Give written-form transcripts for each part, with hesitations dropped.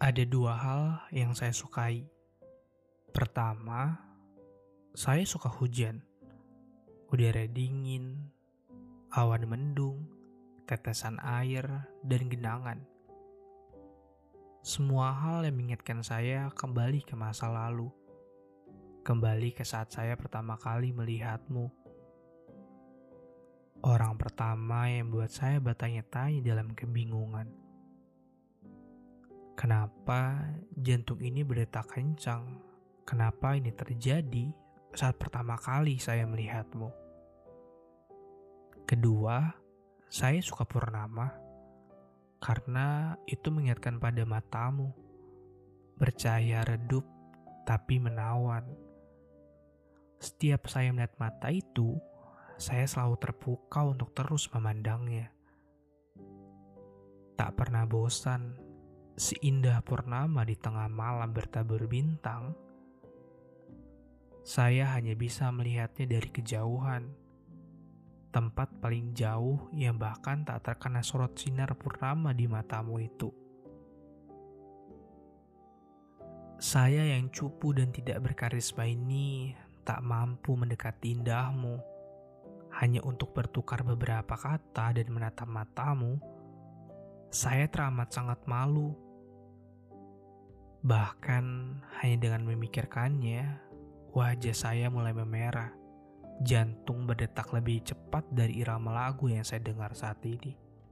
Ada dua hal yang saya sukai. Pertama, saya suka hujan. Udara dingin, awan mendung, tetesan air, dan genangan. Semua hal yang mengingatkan saya kembali ke masa lalu. Kembali ke saat saya pertama kali melihatmu. Orang pertama yang buat saya bertanya-tanya dalam kebingungan. Kenapa jantung ini berdetak kencang? Kenapa ini terjadi saat pertama kali saya melihatmu? Kedua, saya suka purnama karena itu mengingatkan pada matamu. Bercahaya redup tapi menawan. Setiap saya melihat mata itu, saya selalu terpukau untuk terus memandangnya. Tak pernah bosan, seindah purnama di tengah malam bertabur bintang, saya hanya bisa melihatnya dari kejauhan. Tempat paling jauh yang bahkan tak terkena sorot sinar purnama di matamu itu. Saya yang cupu dan tidak berkarisma ini tak mampu mendekati indahmu. Hanya untuk bertukar beberapa kata dan menatap matamu, saya teramat sangat malu. Bahkan hanya dengan memikirkannya, wajah saya mulai memerah. Jantung berdetak lebih cepat dari irama lagu yang saya dengar saat ini.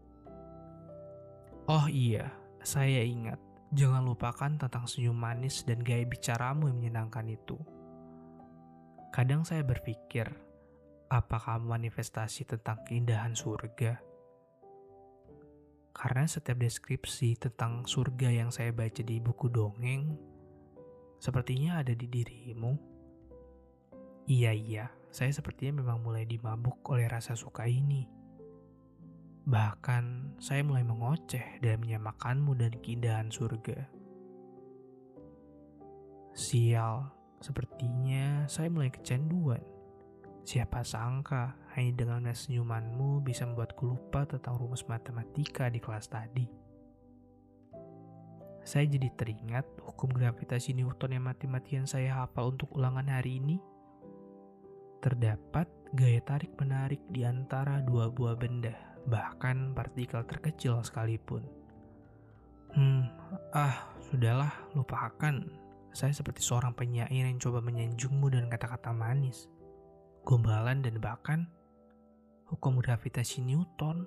Oh iya, saya ingat. Jangan lupakan tentang senyum manis dan gaya bicaramu yang menyenangkan itu. Kadang saya berpikir, apakah manifestasi tentang keindahan surga? Karena setiap deskripsi tentang surga yang saya baca di buku dongeng, sepertinya ada di dirimu. Iya, saya sepertinya memang mulai dimabuk oleh rasa suka ini. Bahkan, saya mulai mengoceh dan menyamakanmu dan keindahan surga. Sial, sepertinya saya mulai kecanduan. Siapa sangka hanya dengan senyumanmu bisa membuatku lupa tentang rumus matematika di kelas tadi. Saya jadi teringat hukum gravitasi Newton yang mati-matian saya hafal untuk ulangan hari ini. Terdapat gaya tarik-menarik di antara dua buah benda, bahkan partikel terkecil sekalipun. Sudahlah, lupakan. Saya seperti seorang penyair yang coba menyanjungmu dengan kata-kata manis, gombalan, dan bahkan hukum gravitasi Newton.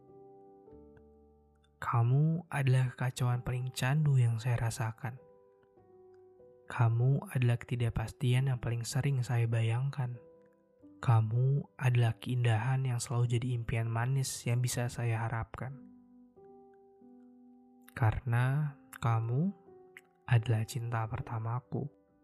Kamu adalah kekacauan paling candu yang saya rasakan. Kamu adalah ketidakpastian yang paling sering saya bayangkan. Kamu adalah keindahan yang selalu jadi impian manis yang bisa saya harapkan. Karena kamu adalah cinta pertamaku.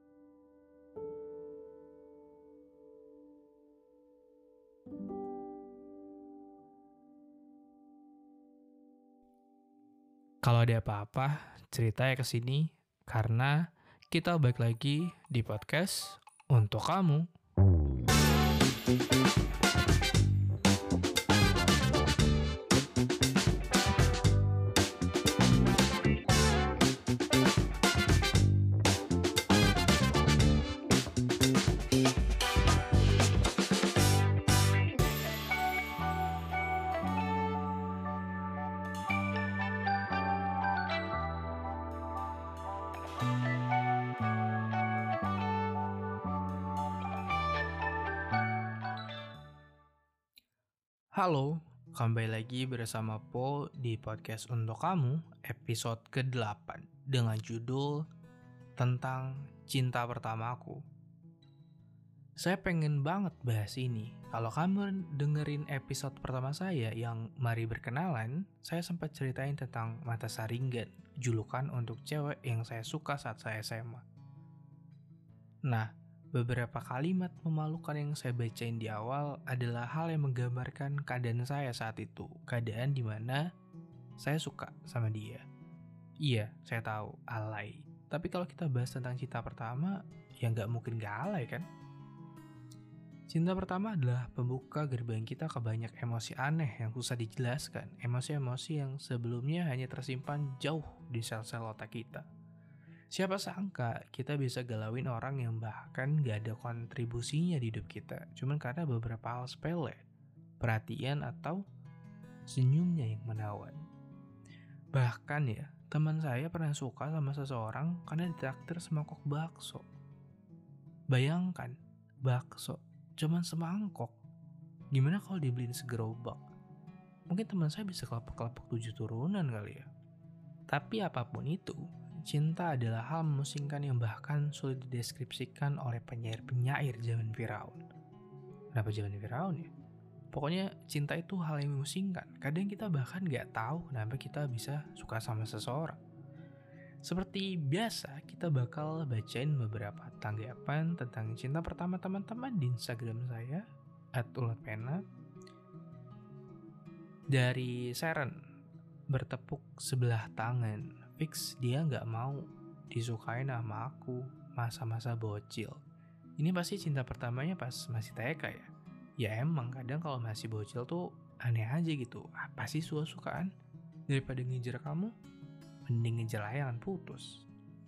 Kalau ada apa-apa, cerita ya ke sini karena kita balik lagi di podcast untuk kamu. Halo, kembali lagi bersama Po di podcast untuk kamu episode ke-8 dengan judul tentang cinta pertamaku. Saya pengen banget bahas ini. Kalau kamu dengerin episode pertama saya yang Mari Berkenalan, saya sempat ceritain tentang Mata Saringan, julukan untuk cewek yang saya suka saat saya SMA. Nah, beberapa kalimat memalukan yang saya bacain di awal adalah hal yang menggambarkan keadaan saya saat itu. Keadaan di mana saya suka sama dia. Iya, saya tahu, alay. Tapi kalau kita bahas tentang cinta pertama, ya nggak mungkin nggak alay kan? Cinta pertama adalah pembuka gerbang kita ke banyak emosi aneh yang susah dijelaskan. Emosi-emosi yang sebelumnya hanya tersimpan jauh di sel-sel otak kita. Siapa sangka kita bisa galauin orang yang bahkan gak ada kontribusinya di hidup kita. Cuman karena beberapa hal sepele, perhatian atau senyumnya yang menawan. Bahkan ya, teman saya pernah suka sama seseorang karena ditraktir semangkok bakso. Bayangkan, bakso cuman semangkok. Gimana kalau dibeliin segerobak? Mungkin teman saya bisa kelepek-kelepek 7 turunan kali ya. Tapi apapun itu, cinta adalah hal memusingkan yang bahkan sulit dideskripsikan oleh penyair-penyair zaman Firaun. Kenapa zaman Firaun ya? Pokoknya cinta itu hal yang memusingkan. Kadang kita bahkan gak tahu kenapa kita bisa suka sama seseorang. Seperti biasa, kita bakal bacain beberapa tanggapan tentang cinta pertama teman-teman di Instagram saya @ulatpena. Dari Seren, bertepuk sebelah tangan, fix dia gak mau disukain sama aku masa-masa bocil. Ini pasti cinta pertamanya pas masih TK ya. Ya emang kadang kalau masih bocil tuh aneh aja gitu. Apa sih suka-sukaan? Daripada ngejar kamu, mending ngejar layangan putus.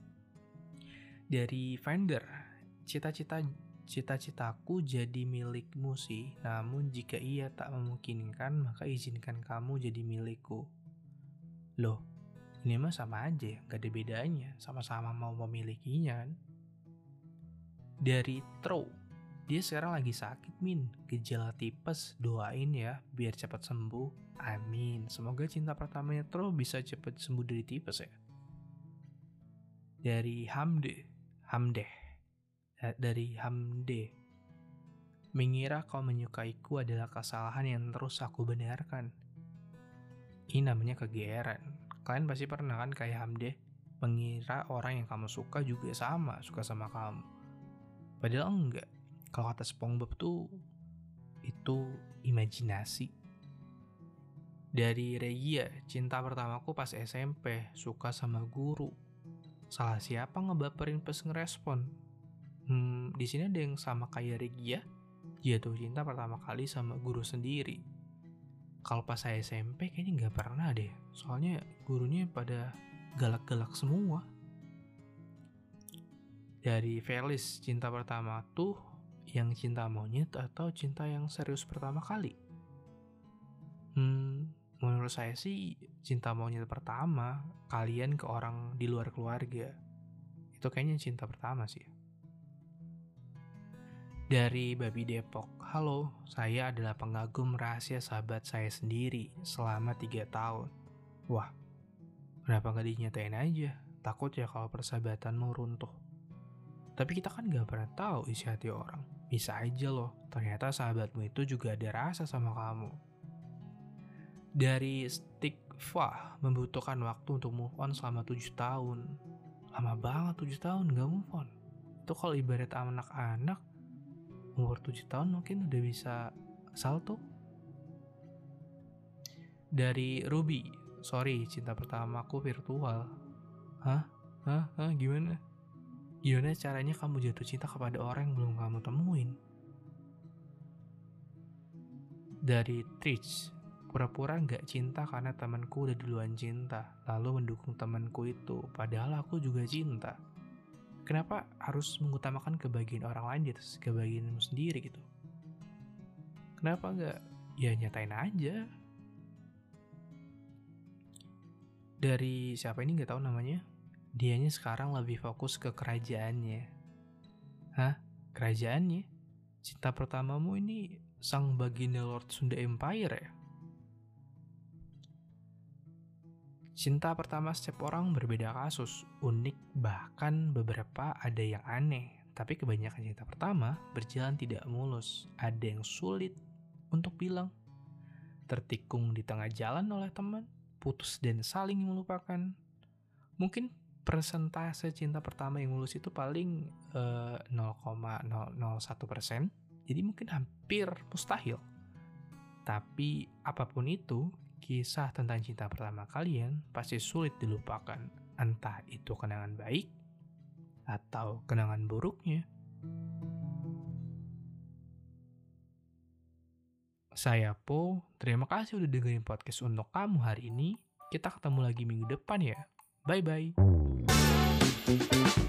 Dari Vendor, cita-citaku jadi milikmu sih. Namun jika ia tak memungkinkan, maka izinkan kamu jadi milikku. Loh, ini mah sama aja ya, gak ada bedanya. Sama-sama mau memilikinya kan. Dari Tro, dia sekarang lagi sakit Min, gejala tipes, doain ya biar cepat sembuh. Amin. Semoga cinta pertamanya Tro bisa cepat sembuh dari tipes ya. Dari Hamde, mengira kau menyukaiku adalah kesalahan yang terus aku benarkan. Ini namanya kegeeran. Kalian pasti pernah kan kayak Hamde, mengira orang yang kamu suka juga suka sama kamu. Padahal enggak. Kalau kata SpongeBob tuh, itu imajinasi. Dari Regia, cinta pertamaku pas SMP, suka sama guru. Salah siapa ngebaperin pas ngerespon? Di sini ada yang sama kayak Regia, jatuh cinta pertama kali sama guru sendiri. Kalau pas saya SMP kayaknya nggak pernah deh, soalnya gurunya pada galak-galak semua. Dari Felis, cinta pertama tuh yang cinta monyet atau cinta yang serius pertama kali? Menurut saya sih cinta monyet pertama, kalian ke orang di luar keluarga. Itu kayaknya cinta pertama sih. Dari Babi Depok, halo, saya adalah pengagum rahasia sahabat saya sendiri selama 3 tahun. Wah, kenapa gak dinyatain aja? Takut ya kalau persahabatanmu runtuh. Tapi kita kan gak pernah tahu isi hati orang. Bisa aja loh, ternyata sahabatmu itu juga ada rasa sama kamu. Dari Stikva, membutuhkan waktu untuk move on selama 7 tahun. Lama banget 7 tahun gak move on. Itu kalau ibarat anak-anak, umur 7 tahun mungkin udah bisa salto. Dari Ruby, sorry cinta pertamaku virtual. Hah? Gimana? Gimana caranya kamu jatuh cinta kepada orang yang belum kamu temuin? Dari Trich, pura-pura gak cinta karena temanku udah duluan cinta, lalu mendukung temanku itu, padahal aku juga cinta. Kenapa harus mengutamakan kebahagiaan orang lain di atas kebahagiaanmu sendiri gitu? Kenapa gak ya nyatain aja? Dari siapa ini gak tahu namanya? Dianya sekarang lebih fokus ke kerajaannya. Hah? Kerajaannya? Cinta pertamamu ini sang baginda Lord Sunda Empire ya? Cinta pertama setiap orang berbeda kasus, unik, bahkan beberapa ada yang aneh. Tapi kebanyakan cinta pertama berjalan tidak mulus. Ada yang sulit untuk bilang, tertikung di tengah jalan oleh teman, putus dan saling melupakan. Mungkin persentase cinta pertama yang mulus itu paling 0,001%, jadi mungkin hampir mustahil. Tapi apapun itu, kisah tentang cinta pertama kalian pasti sulit dilupakan, entah itu kenangan baik atau kenangan buruknya. Saya Po, terima kasih udah dengerin podcast untuk kamu hari ini. Kita ketemu lagi minggu depan ya. Bye-bye.